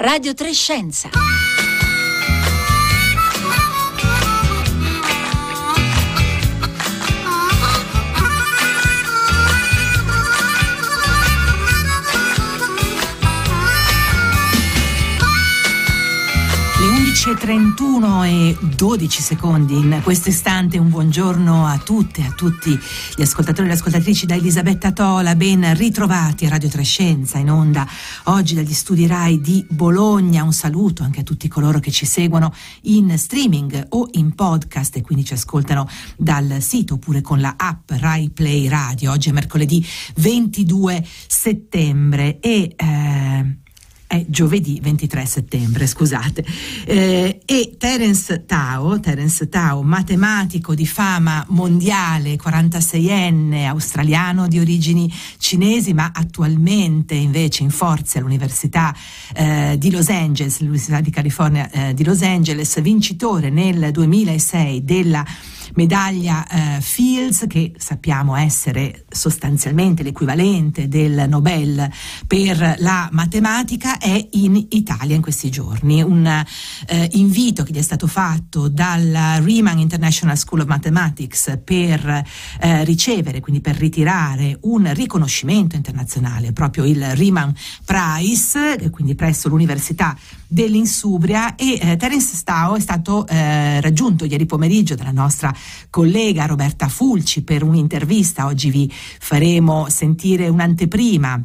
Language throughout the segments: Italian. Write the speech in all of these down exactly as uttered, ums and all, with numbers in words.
Radio tre Scienza. undici e trentuno e dodici secondi. In questo istante un buongiorno a tutte e a tutti gli ascoltatori e le ascoltatrici da Elisabetta Tola. Ben ritrovati a Radio tre Scienza, in onda oggi dagli studi Rai di Bologna. Un saluto anche a tutti coloro che ci seguono in streaming o in podcast e quindi ci ascoltano dal sito oppure con la app Rai Play Radio. Oggi è mercoledì ventidue settembre e eh, è giovedì ventitré settembre, scusate. Eh, e Terence Tao, Terence Tao, matematico di fama mondiale, quarantaseienne, australiano di origini cinesi, ma attualmente invece in forze all'Università eh, di Los Angeles, l'Università di California eh, di Los Angeles, vincitore nel duemilasei della medaglia eh, Fields, che sappiamo essere sostanzialmente l'equivalente del Nobel per la matematica, è in Italia in questi giorni. Un eh, invito che gli è stato fatto dalla Riemann International School of Mathematics per eh, ricevere, quindi per ritirare un riconoscimento internazionale, proprio il Riemann Prize, quindi presso l'Università dell'Insubria. E eh, Terence Tao è stato eh, raggiunto ieri pomeriggio dalla nostra collega Roberta Fulci per un'intervista. Oggi vi faremo sentire un'anteprima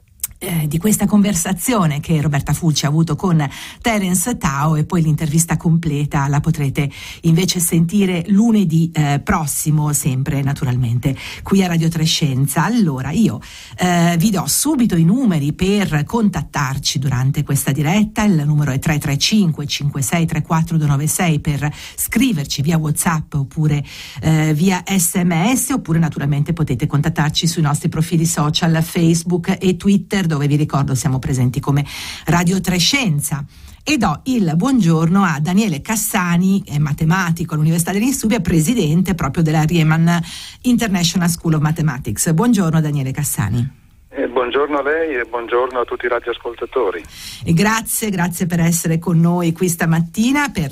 Eh, di questa conversazione che Roberta Fulci ha avuto con Terence Tao, e poi l'intervista completa la potrete invece sentire lunedì eh, prossimo, sempre naturalmente qui a Radio tre Scienza. Allora io eh, vi do subito i numeri per contattarci durante questa diretta. Il numero è tre tre cinque cinque sei tre quattro due nove sei per scriverci via WhatsApp oppure eh, via sms, oppure naturalmente potete contattarci sui nostri profili social Facebook e Twitter, dove vi ricordo siamo presenti come Radio tre Scienza. E do il buongiorno a Daniele Cassani, è matematico all'Università dell'Insubria, presidente proprio della Riemann International School of Mathematics. Buongiorno Daniele Cassani. Eh, buongiorno a lei e buongiorno a tutti i radioascoltatori. E grazie, grazie per essere con noi qui stamattina per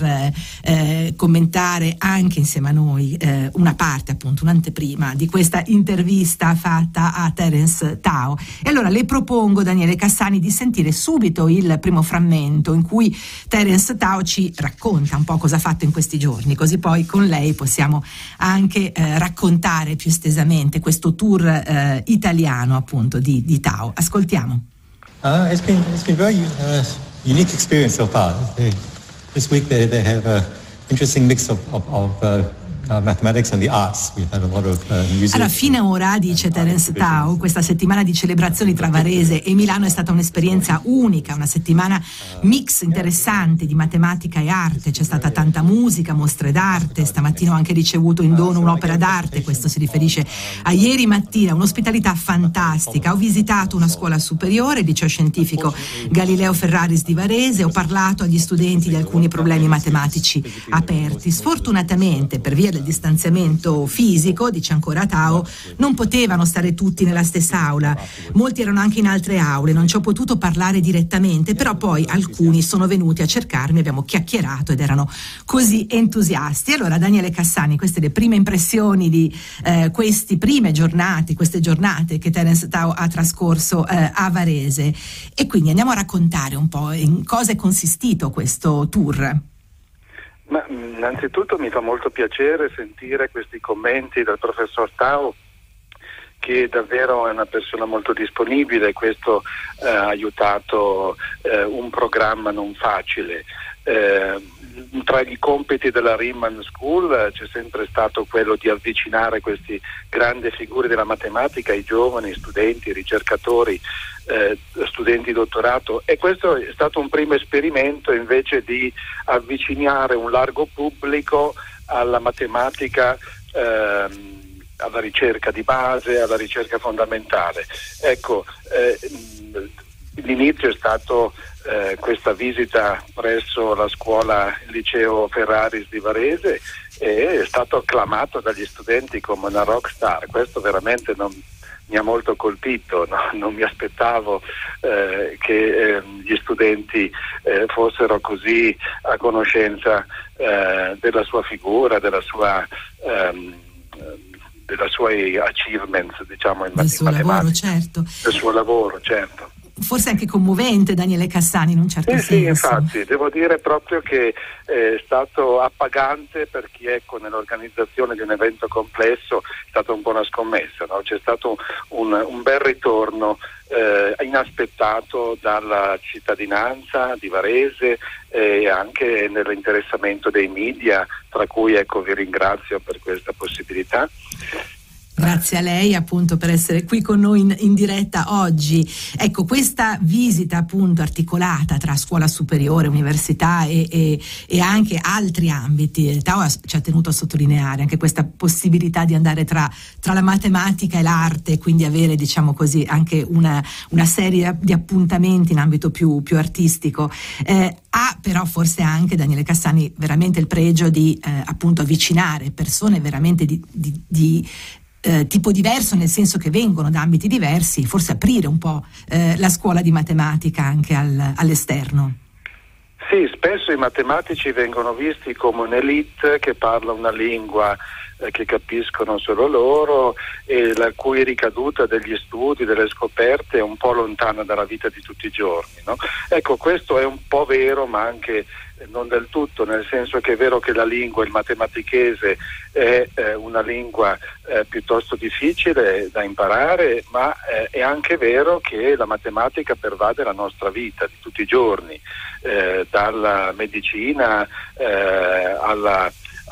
eh, commentare anche insieme a noi eh, una parte, appunto, un'anteprima di questa intervista fatta a Terence Tao. E allora le propongo, Daniele Cassani, di sentire subito il primo frammento in cui Terence Tao ci racconta un po' cosa ha fatto in questi giorni, così poi con lei possiamo anche eh, raccontare più estesamente questo tour eh, italiano, appunto, di di Tao. Ascoltiamo. Uh, it's been it's been very uh, unique experience so far. They, this week they they have an interesting mix of of, of uh, Uh, mathematics and the arts. We've had a lot of uh, music. Allora, fine ora, dice Terence Tao, questa settimana di celebrazioni tra Varese e Milano è stata un'esperienza unica, una settimana mix interessante di matematica e arte. C'è stata tanta musica, mostre d'arte. Stamattina ho anche ricevuto in dono un'opera d'arte, questo si riferisce a ieri mattina, un'ospitalità fantastica. Ho visitato una scuola superiore, il liceo scientifico Galileo Ferraris di Varese, ho parlato agli studenti di alcuni problemi matematici aperti. Sfortunatamente, per via del distanziamento fisico, dice ancora Tao, non potevano stare tutti nella stessa aula, molti erano anche in altre aule, non ci ho potuto parlare direttamente, però poi alcuni sono venuti a cercarmi, abbiamo chiacchierato ed erano così entusiasti. Allora, Daniele Cassani, queste le prime impressioni di eh, queste prime giornate, queste giornate che Terence Tao ha trascorso eh, a Varese, e quindi andiamo a raccontare un po' in cosa è consistito questo tour. Ma innanzitutto mi fa molto piacere sentire questi commenti dal professor Tao, che davvero è una persona molto disponibile. Questo eh, ha aiutato eh, un programma non facile. Eh, tra i compiti della Riemann School eh, c'è sempre stato quello di avvicinare questi grandi figure della matematica ai giovani, studenti, ricercatori, eh, studenti di dottorato, e questo è stato un primo esperimento invece di avvicinare un largo pubblico alla matematica, ehm, alla ricerca di base, alla ricerca fondamentale. Ecco, eh, l'inizio è stato eh, questa visita presso la scuola Liceo Ferraris di Varese, e è stato acclamato dagli studenti come una rock star. Questo veramente non, mi ha molto colpito, no? Non mi aspettavo eh, che eh, gli studenti eh, fossero così a conoscenza eh, della sua figura, della sua ehm, della sua achievements, diciamo, in del suo lavoro, certo. Del suo lavoro, certo. Forse anche commovente Daniele Cassani in un certo sì, senso. Sì, infatti, devo dire proprio che è stato appagante per chi, ecco, nell'organizzazione di un evento complesso è stata un po' una scommessa, no? C'è stato un, un bel ritorno eh, inaspettato dalla cittadinanza di Varese e eh, anche nell'interessamento dei media, tra cui, ecco, vi ringrazio per questa possibilità. Grazie a lei appunto per essere qui con noi in, in diretta oggi. Ecco, questa visita appunto articolata tra scuola superiore, università e, e, e anche altri ambiti, Tao ci ha tenuto a sottolineare anche questa possibilità di andare tra, tra la matematica e l'arte, quindi avere, diciamo così, anche una, una serie di appuntamenti in ambito più, più artistico. Eh, ha però forse anche Daniele Cassani veramente il pregio di eh, appunto avvicinare persone veramente di, di, di Eh, tipo diverso, nel senso che vengono da ambiti diversi, forse aprire un po' eh, la scuola di matematica anche al, all'esterno. Sì, spesso i matematici vengono visti come un'elite che parla una lingua eh, che capiscono solo loro e la cui ricaduta degli studi, delle scoperte è un po' lontana dalla vita di tutti i giorni, no? Ecco, questo è un po' vero, ma anche non del tutto, nel senso che è vero che la lingua, il matematichese, è eh, una lingua eh, piuttosto difficile da imparare, ma eh, è anche vero che la matematica pervade la nostra vita di tutti i giorni, eh, dalla medicina eh, alla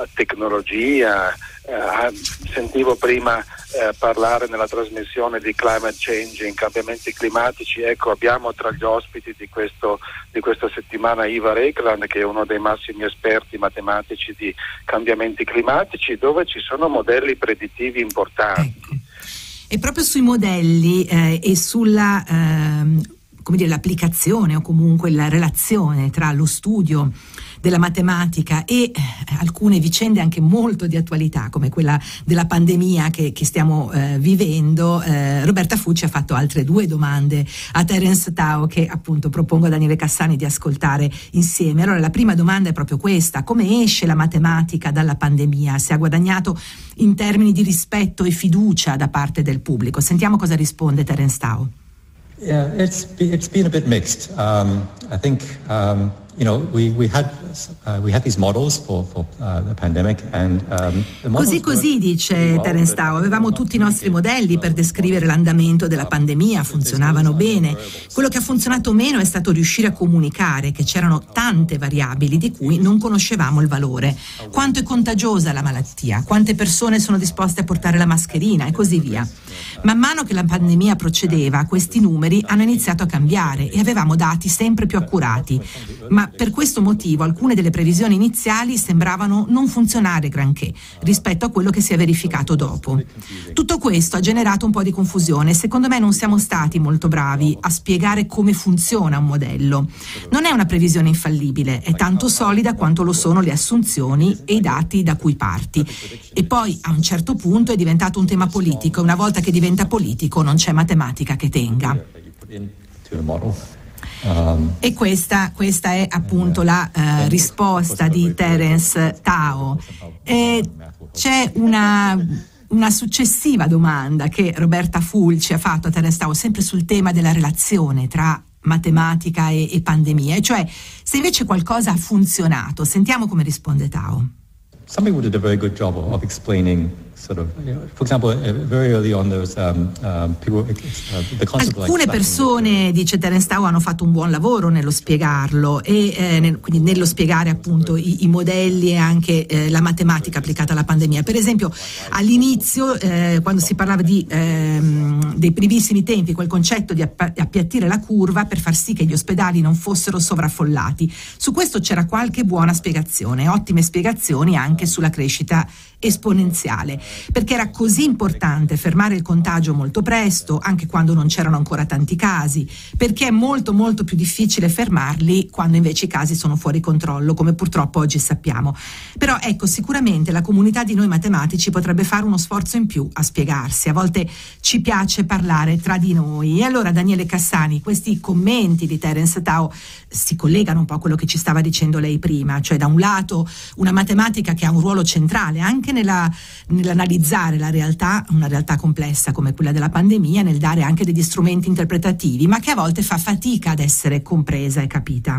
tecnologia. Eh, sentivo prima eh, parlare nella trasmissione di climate change, cambiamenti climatici. Ecco, abbiamo tra gli ospiti di, questo, di questa settimana Ivar Ekland, che è uno dei massimi esperti matematici di cambiamenti climatici, dove ci sono modelli predittivi importanti. Ecco. E proprio sui modelli eh, e sulla ehm, come dire, l'applicazione o comunque la relazione tra lo studio della matematica e eh, alcune vicende anche molto di attualità, come quella della pandemia che, che stiamo eh, vivendo, eh, Roberta Fucci ha fatto altre due domande a Terence Tao, che appunto propongo a Daniele Cassani di ascoltare insieme. Allora, la prima domanda è proprio questa: come esce la matematica dalla pandemia? Si è guadagnato in termini di rispetto e fiducia da parte del pubblico? Sentiamo cosa risponde Terence Tao. Yeah, it's it's been a bit mixed. Um, I think um, you know we we had uh, we had these models for for uh, the pandemic and um, the models così così dice Terence Tao. Avevamo tutti i nostri modelli per descrivere l'andamento della pandemia, funzionavano bene. Quello che ha funzionato meno è stato riuscire a comunicare che c'erano tante variabili di cui non conoscevamo il valore. Quanto è contagiosa la malattia, quante persone sono disposte a portare la mascherina e così via. Man mano che la pandemia procedeva, questi numeri hanno iniziato a cambiare e avevamo dati sempre più accurati, ma per questo motivo alcune delle previsioni iniziali sembravano non funzionare granché rispetto a quello che si è verificato dopo. Tutto questo ha generato un po' di confusione e secondo me non siamo stati molto bravi a spiegare come funziona un modello. Non è una previsione infallibile, è tanto solida quanto lo sono le assunzioni e i dati da cui parti. E poi a un certo punto è diventato un tema politico e una volta che diventa politico non c'è matematica che tenga. E questa, questa è appunto la uh, risposta di Terence Tao. E c'è una, una successiva domanda che Roberta Fulci ha fatto a Terence Tao, sempre sul tema della relazione tra matematica e, e pandemia, e cioè se invece qualcosa ha funzionato. Sentiamo come risponde Tao. Some people did a very good job of explaining sort of, you know, for example, uh, very early on there was um, um, people, uh, the concept Alcune like persone, dice Terence Tao, hanno fatto un buon lavoro nello spiegarlo e eh, nel, quindi nello spiegare appunto i, i modelli e anche eh, la matematica applicata alla pandemia. Per esempio all'inizio eh, quando si parlava di ehm, dei primissimi tempi, quel concetto di app- appiattire la curva per far sì che gli ospedali non fossero sovraffollati, su questo c'era qualche buona spiegazione, ottime spiegazioni anche sulla crescita esponenziale, perché era così importante fermare il contagio molto presto, anche quando non c'erano ancora tanti casi, perché è molto molto più difficile fermarli quando invece i casi sono fuori controllo, come purtroppo oggi sappiamo. Però ecco, sicuramente la comunità di noi matematici potrebbe fare uno sforzo in più a spiegarsi. A volte ci piace parlare tra di noi. E allora, Daniele Cassani, questi commenti di Terence Tao si collegano un po' a quello che ci stava dicendo lei prima, cioè da un lato una matematica che ha un ruolo centrale anche nella, nell'analizzare la realtà, una realtà complessa come quella della pandemia, nel dare anche degli strumenti interpretativi, ma che a volte fa fatica ad essere compresa e capita.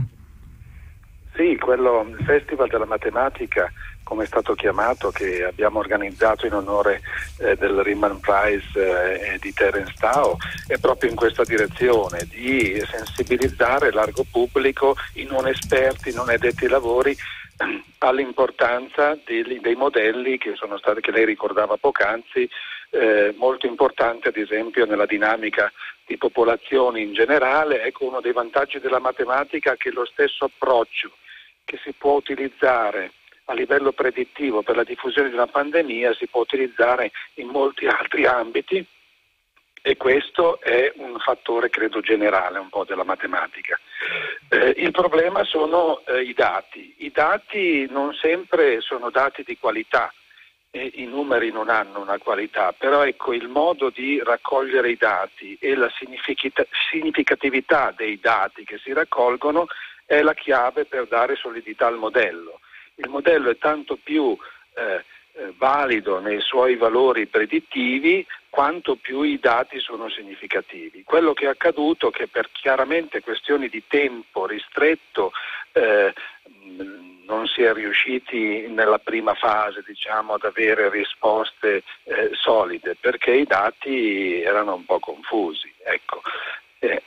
Sì, quello, il Festival della Matematica, come è stato chiamato, che abbiamo organizzato in onore eh, del Riemann Prize eh, di Terence Tao, è proprio in questa direzione, di sensibilizzare il largo pubblico, i non esperti, i non addetti ai lavori, all'importanza dei, dei modelli che sono stati, che lei ricordava poc'anzi, eh, molto importante ad esempio nella dinamica di popolazioni in generale. Ecco, uno dei vantaggi della matematica è che lo stesso approccio che si può utilizzare a livello predittivo per la diffusione di una pandemia si può utilizzare in molti altri ambiti, e questo è un fattore credo generale un po' della matematica. Eh, il problema sono eh, i dati. I dati non sempre sono dati di qualità, e i numeri non hanno una qualità, però ecco, il modo di raccogliere i dati e la significatività dei dati che si raccolgono è la chiave per dare solidità al modello. Il modello è tanto più eh, eh, valido nei suoi valori predittivi quanto più i dati sono significativi. Quello che è accaduto è che per chiaramente questioni di tempo ristretto eh, non si è riusciti nella prima fase, diciamo, ad avere risposte eh, solide, perché i dati erano un po' confusi. Ecco. Eh.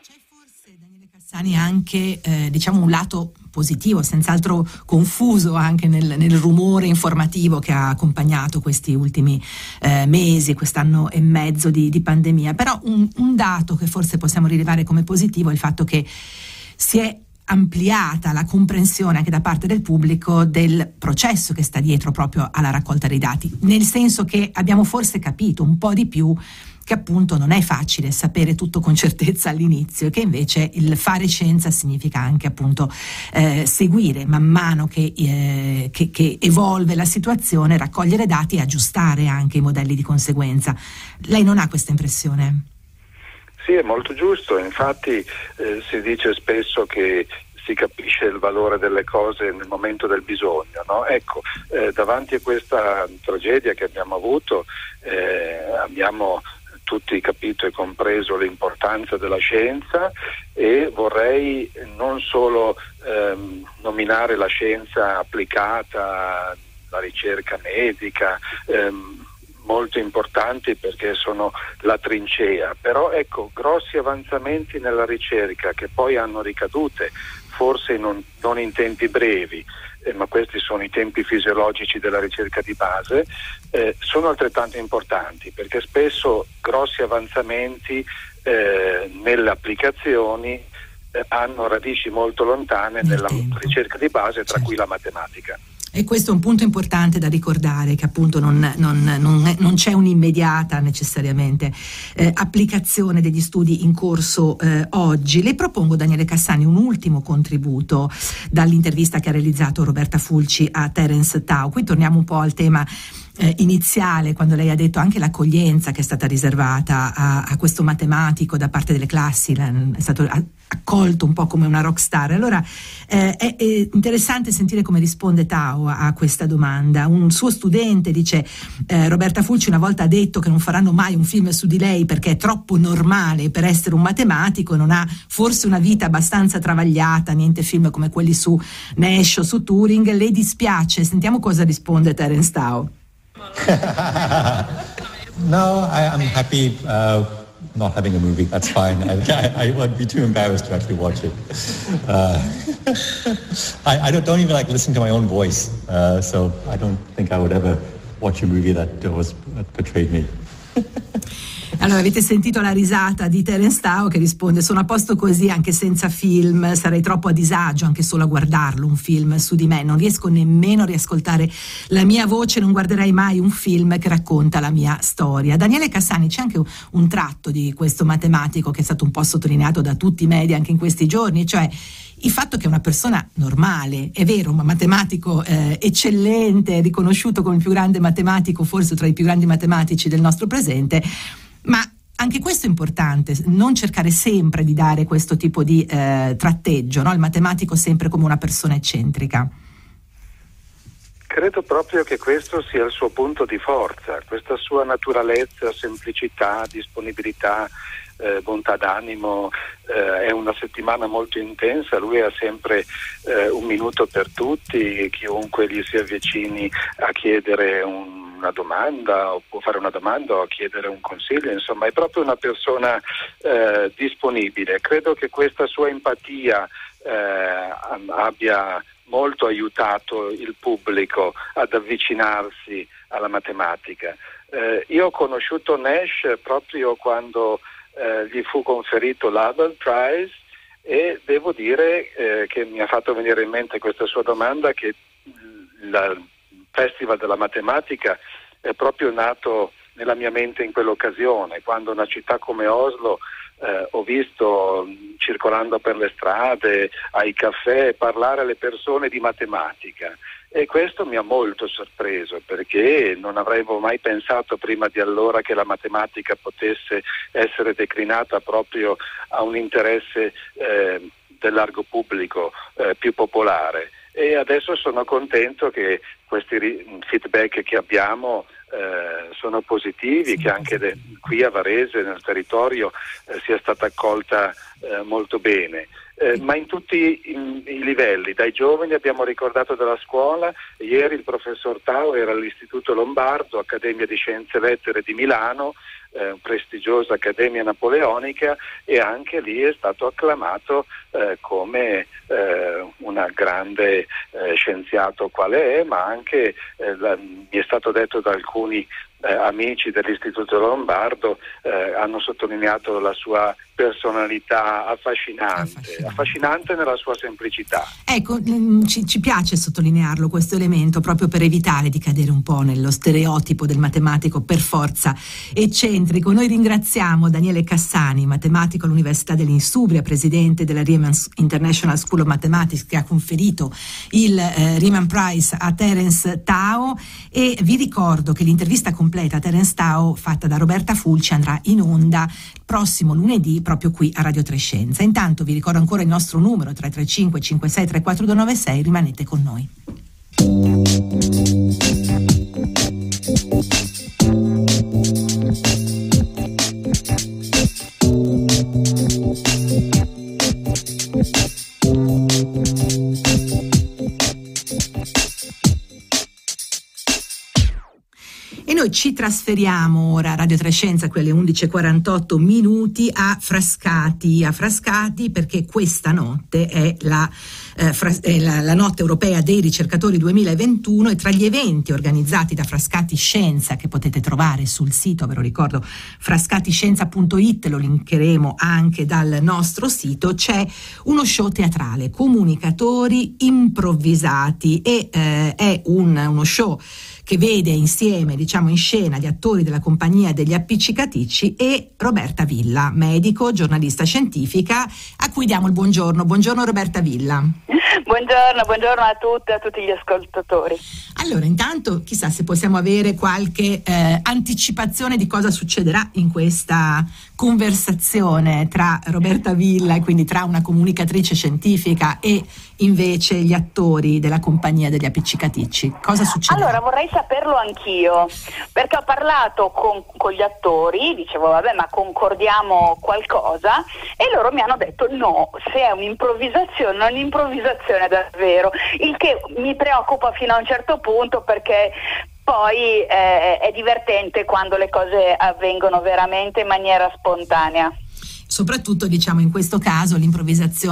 Anche eh, diciamo un lato positivo, senz'altro confuso anche nel, nel rumore informativo che ha accompagnato questi ultimi eh, mesi, quest'anno e mezzo di, di pandemia. Però un, un dato che forse possiamo rilevare come positivo è il fatto che si è ampliata la comprensione anche da parte del pubblico del processo che sta dietro proprio alla raccolta dei dati, nel senso che abbiamo forse capito un po' di più che appunto non è facile sapere tutto con certezza all'inizio, e che invece il fare scienza significa anche appunto eh, seguire man mano che, eh, che, che evolve la situazione, raccogliere dati e aggiustare anche i modelli di conseguenza. Lei non ha questa impressione? Sì, è molto giusto. Infatti eh, si dice spesso che si capisce il valore delle cose nel momento del bisogno, no? Ecco, eh, davanti a questa tragedia che abbiamo avuto eh, abbiamo tutti capito e compreso l'importanza della scienza, e vorrei non solo ehm, nominare la scienza applicata, la ricerca medica, ehm, molto importanti perché sono la trincea, però ecco, grossi avanzamenti nella ricerca che poi hanno ricadute, forse non, non in tempi brevi, eh, ma questi sono i tempi fisiologici della ricerca di base, eh, sono altrettanto importanti, perché spesso grossi avanzamenti eh, nelle applicazioni eh, hanno radici molto lontane nella ricerca di base, tra cui la matematica. E questo è un punto importante da ricordare, che appunto non, non, non, è, non c'è un'immediata necessariamente eh, applicazione degli studi in corso eh, oggi. Le propongo, Daniele Cassani, un ultimo contributo dall'intervista che ha realizzato Roberta Fulci a Terence Tao. Qui torniamo un po' al tema Eh, iniziale, quando lei ha detto anche l'accoglienza che è stata riservata a, a questo matematico da parte delle classi, la, è stato accolto un po' come una rock star. Allora eh, è, è interessante sentire come risponde Tao a, a questa domanda. Un suo studente dice eh, Roberta Fulci una volta ha detto che non faranno mai un film su di lei perché è troppo normale per essere un matematico, non ha forse una vita abbastanza travagliata, niente film come quelli su Nash o su Turing. Le dispiace? Sentiamo cosa risponde Terence Tao. No, I, I'm happy uh, not having a movie. That's fine. I, I, I would be too embarrassed to actually watch it. Uh, I, I don't, don't even like listen to my own voice, uh, so I don't think I would ever watch a movie that was that portrayed me. Allora, avete sentito la risata di Terence Tao che risponde: sono a posto così anche senza film, sarei troppo a disagio anche solo a guardarlo un film su di me, non riesco nemmeno a riascoltare la mia voce, non guarderai mai un film che racconta la mia storia. Daniele Cassani, c'è anche un tratto di questo matematico che è stato un po' sottolineato da tutti i media anche in questi giorni, cioè il fatto che è una persona normale, è vero, un matematico eh, eccellente, riconosciuto come il più grande matematico, forse tra i più grandi matematici del nostro presente, ma anche questo è importante, non cercare sempre di dare questo tipo di eh, tratteggio, no? Il matematico sempre come una persona eccentrica. Credo proprio che questo sia il suo punto di forza, questa sua naturalezza, semplicità, disponibilità, eh, bontà d'animo. Eh, è una settimana molto intensa, lui ha sempre eh, un minuto per tutti, chiunque gli si avvicini a chiedere un una domanda o può fare una domanda o chiedere un consiglio, insomma è proprio una persona eh, disponibile. Credo che questa sua empatia eh, abbia molto aiutato il pubblico ad avvicinarsi alla matematica. Eh, io ho conosciuto Nash proprio quando eh, gli fu conferito l'Hubble Prize e devo dire eh, che mi ha fatto venire in mente questa sua domanda, che la Festival della Matematica è proprio nato nella mia mente in quell'occasione, quando una città come Oslo eh, ho visto circolando per le strade, ai caffè, parlare alle persone di matematica, e questo mi ha molto sorpreso, perché non avevo mai pensato prima di allora che la matematica potesse essere declinata proprio a un interesse eh, del largo pubblico, eh, più popolare. E adesso sono contento che questi feedback che abbiamo eh, sono positivi, che anche de- qui a Varese, nel territorio, eh, sia stata accolta eh, molto bene. Eh, ma in tutti i, i livelli, dai giovani abbiamo ricordato della scuola, ieri il professor Tao era all'Istituto Lombardo, Accademia di Scienze e Lettere di Milano, eh, prestigiosa accademia napoleonica, e anche lì è stato acclamato eh, come eh, un grande eh, scienziato quale è, ma anche eh, la, mi è stato detto da alcuni eh, amici dell'Istituto Lombardo, eh, hanno sottolineato la sua personalità affascinante, affascinante, affascinante nella sua semplicità. Ecco, ci, ci piace sottolinearlo questo elemento, proprio per evitare di cadere un po' nello stereotipo del matematico per forza eccentrico. Noi ringraziamo Daniele Cassani, matematico all'Università dell'Insubria, presidente della Riemann International School of Mathematics, che ha conferito il eh, Riemann Prize a Terence Tao, e vi ricordo che l'intervista completa a Terence Tao fatta da Roberta Fulci andrà in onda prossimo lunedì proprio qui a Radio Trescenza. Intanto vi ricordo ancora il nostro numero tre tre cinque cinque sei tre quattro due nove sei, rimanete con noi. E noi ci trasferiamo ora a Radio Trescenza, qui alle undici e quarantotto minuti, a Frascati, a Frascati perché questa notte è la, eh, fras- è la, la notte europea dei ricercatori duemilaventuno, e tra gli eventi organizzati da Frascati Scienza, che potete trovare sul sito, ve lo ricordo, frascatiscienza punto it, lo linkeremo anche dal nostro sito, c'è uno show teatrale, Comunicatori improvvisati, e eh, è un, uno show che vede insieme, diciamo, in scena gli attori della compagnia degli appiccicaticci e Roberta Villa, medico, giornalista scientifica, a cui diamo il buongiorno. Buongiorno Roberta Villa. Buongiorno, buongiorno a tutte e a tutti gli ascoltatori. Allora, intanto chissà se possiamo avere qualche eh, anticipazione di cosa succederà in questa conversazione tra Roberta Villa, e quindi tra una comunicatrice scientifica, e invece gli attori della compagnia degli appiccicaticci. Cosa succederà? Allora, vorrei saperlo anch'io, perché ho parlato con, con gli attori, dicevo vabbè, ma concordiamo qualcosa, e loro mi hanno detto no, se è un'improvvisazione, non un'improvvisazione davvero, il che mi preoccupa fino a un certo punto, perché poi eh, è divertente quando le cose avvengono veramente in maniera spontanea. Soprattutto, diciamo, in questo caso l'improvvisazione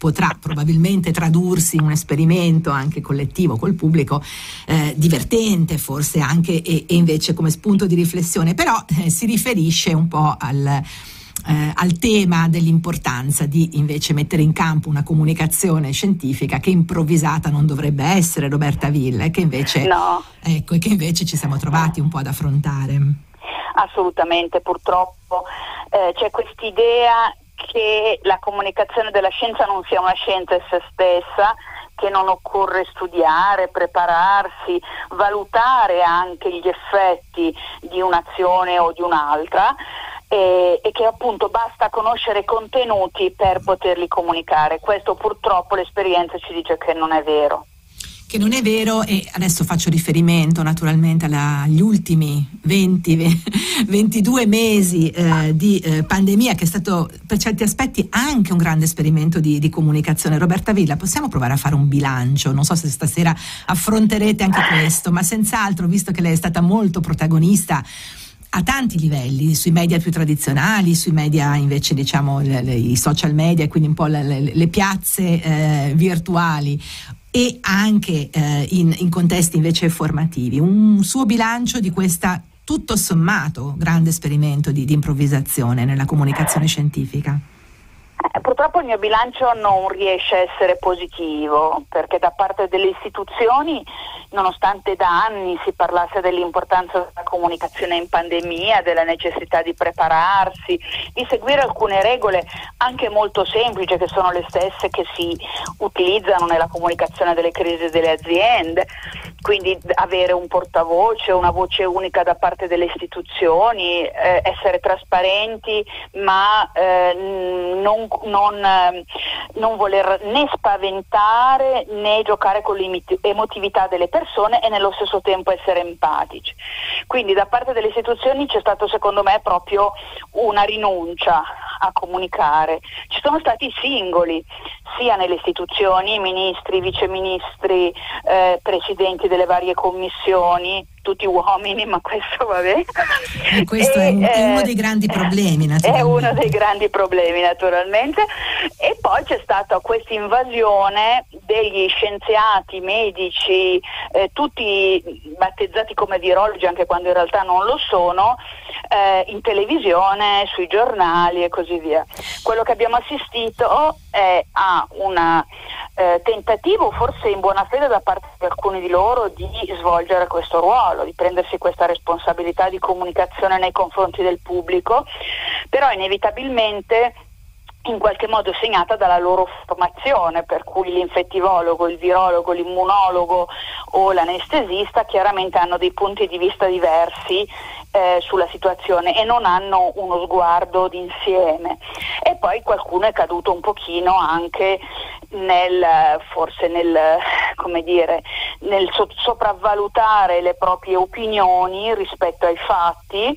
potrà probabilmente tradursi in un esperimento anche collettivo col pubblico, eh, divertente forse anche e, e invece come spunto di riflessione, però eh, si riferisce un po' al Eh, al tema dell'importanza di invece mettere in campo una comunicazione scientifica che improvvisata non dovrebbe essere, Roberta Villa, e che invece no. ecco, e che invece ci siamo trovati un po' ad affrontare. Assolutamente, purtroppo eh, c'è quest'idea che la comunicazione della scienza non sia una scienza in se stessa, che non occorre studiare, prepararsi, valutare anche gli effetti di un'azione o di un'altra, e, e che appunto basta conoscere i contenuti per poterli comunicare. Questo purtroppo l'esperienza ci dice che non è vero. Che non è vero, e adesso faccio riferimento naturalmente alla, agli ultimi venti ventidue mesi eh, di eh, pandemia, che è stato per certi aspetti anche un grande esperimento di, di comunicazione. Roberta Villa, possiamo provare a fare un bilancio? Non so se stasera affronterete anche questo, ma senz'altro, visto che lei è stata molto protagonista a tanti livelli, sui media più tradizionali, sui media invece diciamo le, le, i social media, quindi un po' le, le, le piazze eh, virtuali, e anche eh, in, in contesti invece formativi. Un suo bilancio di questa tutto sommato grande esperimento di, di improvvisazione nella comunicazione scientifica? Eh, purtroppo il mio bilancio non riesce a essere positivo, perché da parte delle istituzioni, nonostante da anni si parlasse dell'importanza della comunicazione in pandemia, della necessità di prepararsi, di seguire alcune regole anche molto semplici, che sono le stesse che si utilizzano nella comunicazione delle crisi delle aziende, quindi avere un portavoce, una voce unica da parte delle istituzioni, eh, essere trasparenti, ma eh, non, non, eh, non voler né spaventare né giocare con l'emotività delle persone, e nello stesso tempo essere empatici. Quindi da parte delle istituzioni c'è stato, secondo me, proprio una rinuncia a comunicare. Ci sono stati singoli, sia nelle istituzioni, ministri, viceministri, eh, presidenti delle varie commissioni, tutti uomini, ma questo vabbè. E questo e, è, un, è uno dei grandi problemi, naturalmente. È uno dei grandi problemi, naturalmente. E poi c'è stata questa invasione degli scienziati, medici, eh, tutti battezzati come virologi, anche quando in realtà non lo sono, eh, in televisione, sui giornali e così via. Quello che abbiamo assistito è a un eh, tentativo, forse in buona fede da parte di alcuni di loro, di svolgere questo ruolo, di prendersi questa responsabilità di comunicazione nei confronti del pubblico, però inevitabilmente in qualche modo segnata dalla loro formazione, per cui l'infettivologo, il virologo, l'immunologo o l'anestesista chiaramente hanno dei punti di vista diversi eh, sulla situazione e non hanno uno sguardo d'insieme. E poi qualcuno è caduto un pochino anche nel, forse nel, come dire, nel so- sopravvalutare le proprie opinioni rispetto ai fatti,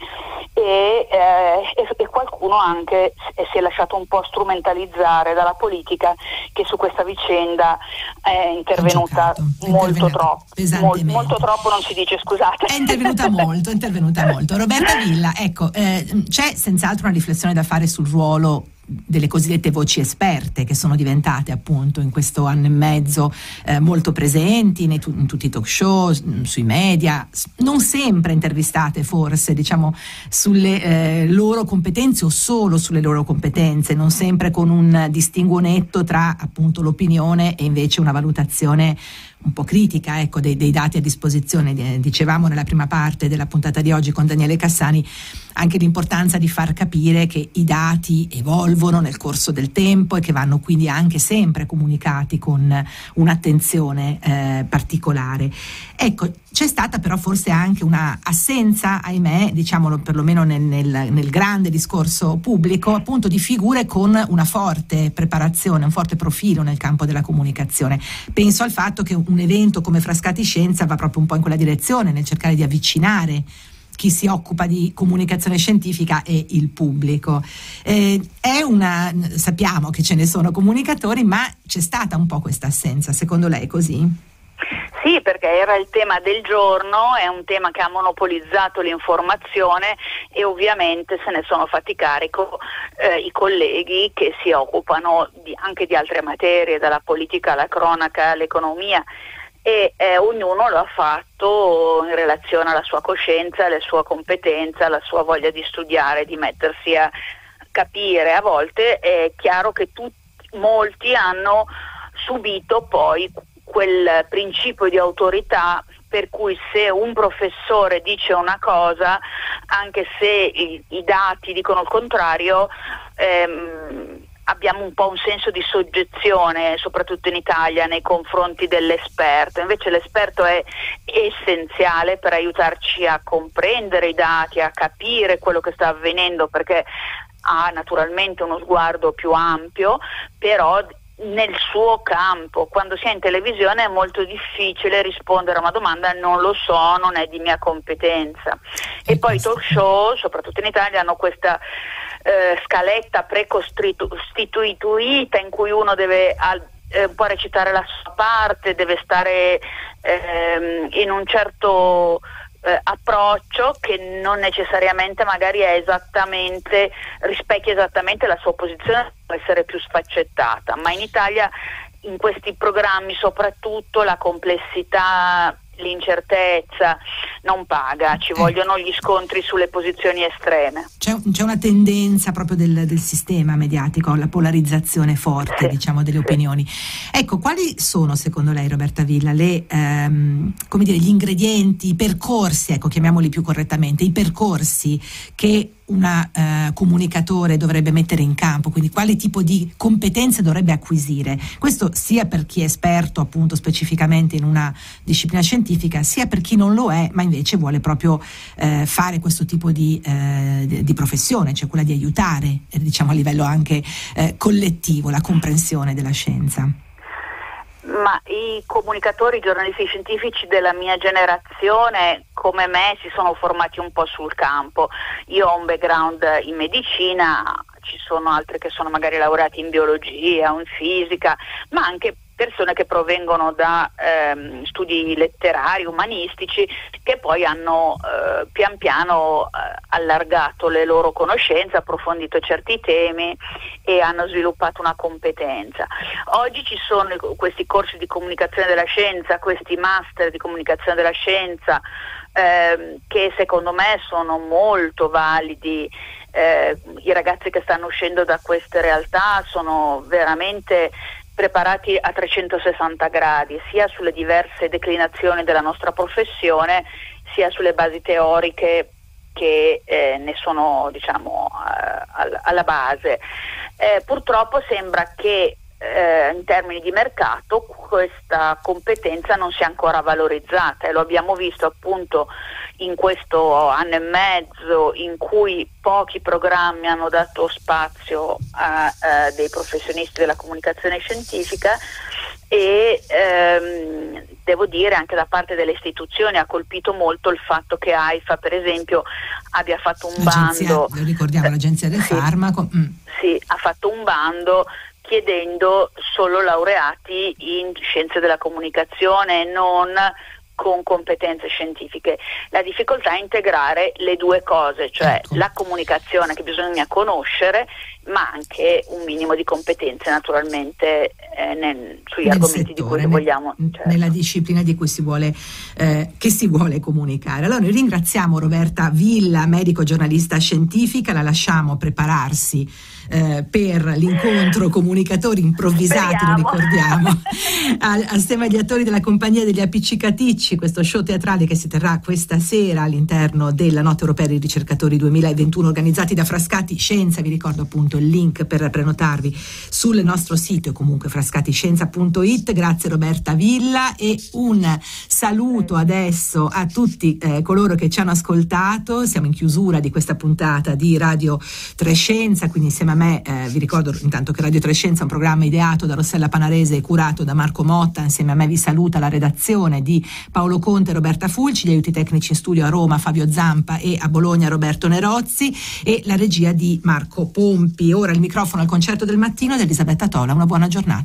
e, eh, e, e qualcuno anche si è lasciato un po' strumentalizzare dalla politica, che su questa vicenda è intervenuta giocato, è molto intervenuta troppo, mol, molto troppo non si dice, scusate. È intervenuta molto, è intervenuta molto. Roberta Villa, ecco, eh, c'è senz'altro una riflessione da fare sul ruolo delle cosiddette voci esperte, che sono diventate appunto in questo anno e mezzo eh, molto presenti nei tu- in tutti i talk show, sui media, non sempre intervistate forse, diciamo, sulle eh, loro competenze o solo sulle loro competenze, non sempre con un distinguo netto tra appunto l'opinione e invece una valutazione un po' critica, ecco, dei, dei dati a disposizione. Dicevamo nella prima parte della puntata di oggi con Daniele Cassani anche l'importanza di far capire che i dati evolvono nel corso del tempo e che vanno quindi anche sempre comunicati con un'attenzione eh, particolare. Ecco, c'è stata però forse anche una assenza, ahimè, diciamolo perlomeno nel, nel, nel grande discorso pubblico, appunto di figure con una forte preparazione, un forte profilo nel campo della comunicazione. Penso al fatto che un evento come Frascati Scienza va proprio un po' in quella direzione, nel cercare di avvicinare chi si occupa di comunicazione scientifica e il pubblico. Eh, è una, sappiamo che ce ne sono comunicatori, ma c'è stata un po' questa assenza, secondo lei è così? Sì, perché era il tema del giorno, è un tema che ha monopolizzato l'informazione e ovviamente se ne sono fatti carico eh, i colleghi che si occupano di, anche di altre materie, dalla politica alla cronaca all'economia, e eh, ognuno lo ha fatto in relazione alla sua coscienza, alla sua competenza, alla sua voglia di studiare, di mettersi a capire. A volte è chiaro che tutti, molti hanno subito poi quel principio di autorità per cui se un professore dice una cosa, anche se i, i dati dicono il contrario, ehm, abbiamo un po' un senso di soggezione, soprattutto in Italia, nei confronti dell'esperto. Invece l'esperto è essenziale per aiutarci a comprendere i dati, a capire quello che sta avvenendo, perché ha naturalmente uno sguardo più ampio, però nel suo campo. Quando si è in televisione è molto difficile rispondere a una domanda non lo so, non è di mia competenza. E poi i talk show, soprattutto in Italia, hanno questa eh, scaletta precostituita in cui uno deve al, eh, un po' recitare la sua parte, deve stare ehm, in un certo Eh, approccio che non necessariamente magari è esattamente, rispecchia esattamente la sua posizione, può essere più sfaccettata, ma in Italia in questi programmi soprattutto la complessità, l'incertezza non paga, ci vogliono gli scontri sulle posizioni estreme. C'è, c'è una tendenza proprio del, del sistema mediatico alla polarizzazione forte, sì, diciamo, delle sì. opinioni. Ecco, quali sono secondo lei, Roberta Villa, le ehm, come dire, gli ingredienti, i percorsi, ecco, chiamiamoli più correttamente, i percorsi che una uh, comunicatore dovrebbe mettere in campo, quindi quale tipo di competenze dovrebbe acquisire, questo sia per chi è esperto appunto specificamente in una disciplina scientifica, sia per chi non lo è ma invece vuole proprio uh, fare questo tipo di, uh, di, di professione, cioè quella di aiutare eh, diciamo a livello anche uh, collettivo la comprensione della scienza. Ma i comunicatori, i giornalisti scientifici della mia generazione, come me, si sono formati un po' sul campo. Io ho un background in medicina, ci sono altri che sono magari laureati in biologia o in fisica, ma anche persone che provengono da ehm, studi letterari, umanistici, che poi hanno eh, pian piano eh, allargato le loro conoscenze, approfondito certi temi e hanno sviluppato una competenza. Oggi ci sono questi corsi di comunicazione della scienza, questi master di comunicazione della scienza, ehm, che secondo me sono molto validi. Eh, i ragazzi che stanno uscendo da queste realtà sono veramente preparati a trecentosessanta gradi, sia sulle diverse declinazioni della nostra professione, sia sulle basi teoriche che eh, ne sono, diciamo, eh, alla base. Eh, purtroppo sembra che eh, in termini di mercato questa competenza non sia ancora valorizzata, e lo abbiamo visto appunto in questo anno e mezzo in cui pochi programmi hanno dato spazio a, a dei professionisti della comunicazione scientifica, e ehm, devo dire anche da parte delle istituzioni ha colpito molto il fatto che AIFA per esempio abbia fatto un l'agenzia, bando, lo ricordiamo, l'agenzia del sì, farmaco mm. sì, ha fatto un bando chiedendo solo laureati in scienze della comunicazione e non con competenze scientifiche. La difficoltà è integrare le due cose, cioè ecco. la comunicazione che bisogna conoscere, ma anche un minimo di competenze naturalmente eh, nel, sugli nel argomenti settore, di cui nel, vogliamo certo. nella disciplina di cui si vuole eh, che si vuole comunicare. Allora noi ringraziamo Roberta Villa, medico giornalista scientifica, la lasciamo prepararsi Eh, per l'incontro comunicatori improvvisati, Speriamo. lo ricordiamo, assieme agli attori della compagnia degli Appiccicaticci, questo show teatrale che si terrà questa sera all'interno della Notte Europea dei Ricercatori duemilaventuno, organizzati da Frascati Scienza. Vi ricordo appunto il link per prenotarvi sul nostro sito, comunque frascatiscienza punto it. Grazie Roberta Villa, e un saluto adesso a tutti eh, coloro che ci hanno ascoltato. Siamo in chiusura di questa puntata di Radio Trescenza, quindi insieme a me eh, vi ricordo intanto che Radio Trescenza è un programma ideato da Rossella Panarese e curato da Marco Motta. Insieme a me vi saluta la redazione di Paolo Conte e Roberta Fulci, gli aiuti tecnici in studio a Roma Fabio Zampa e a Bologna Roberto Nerozzi, e la regia di Marco Pompi. Ora il microfono al concerto del mattino di Elisabetta Tola. Una buona giornata.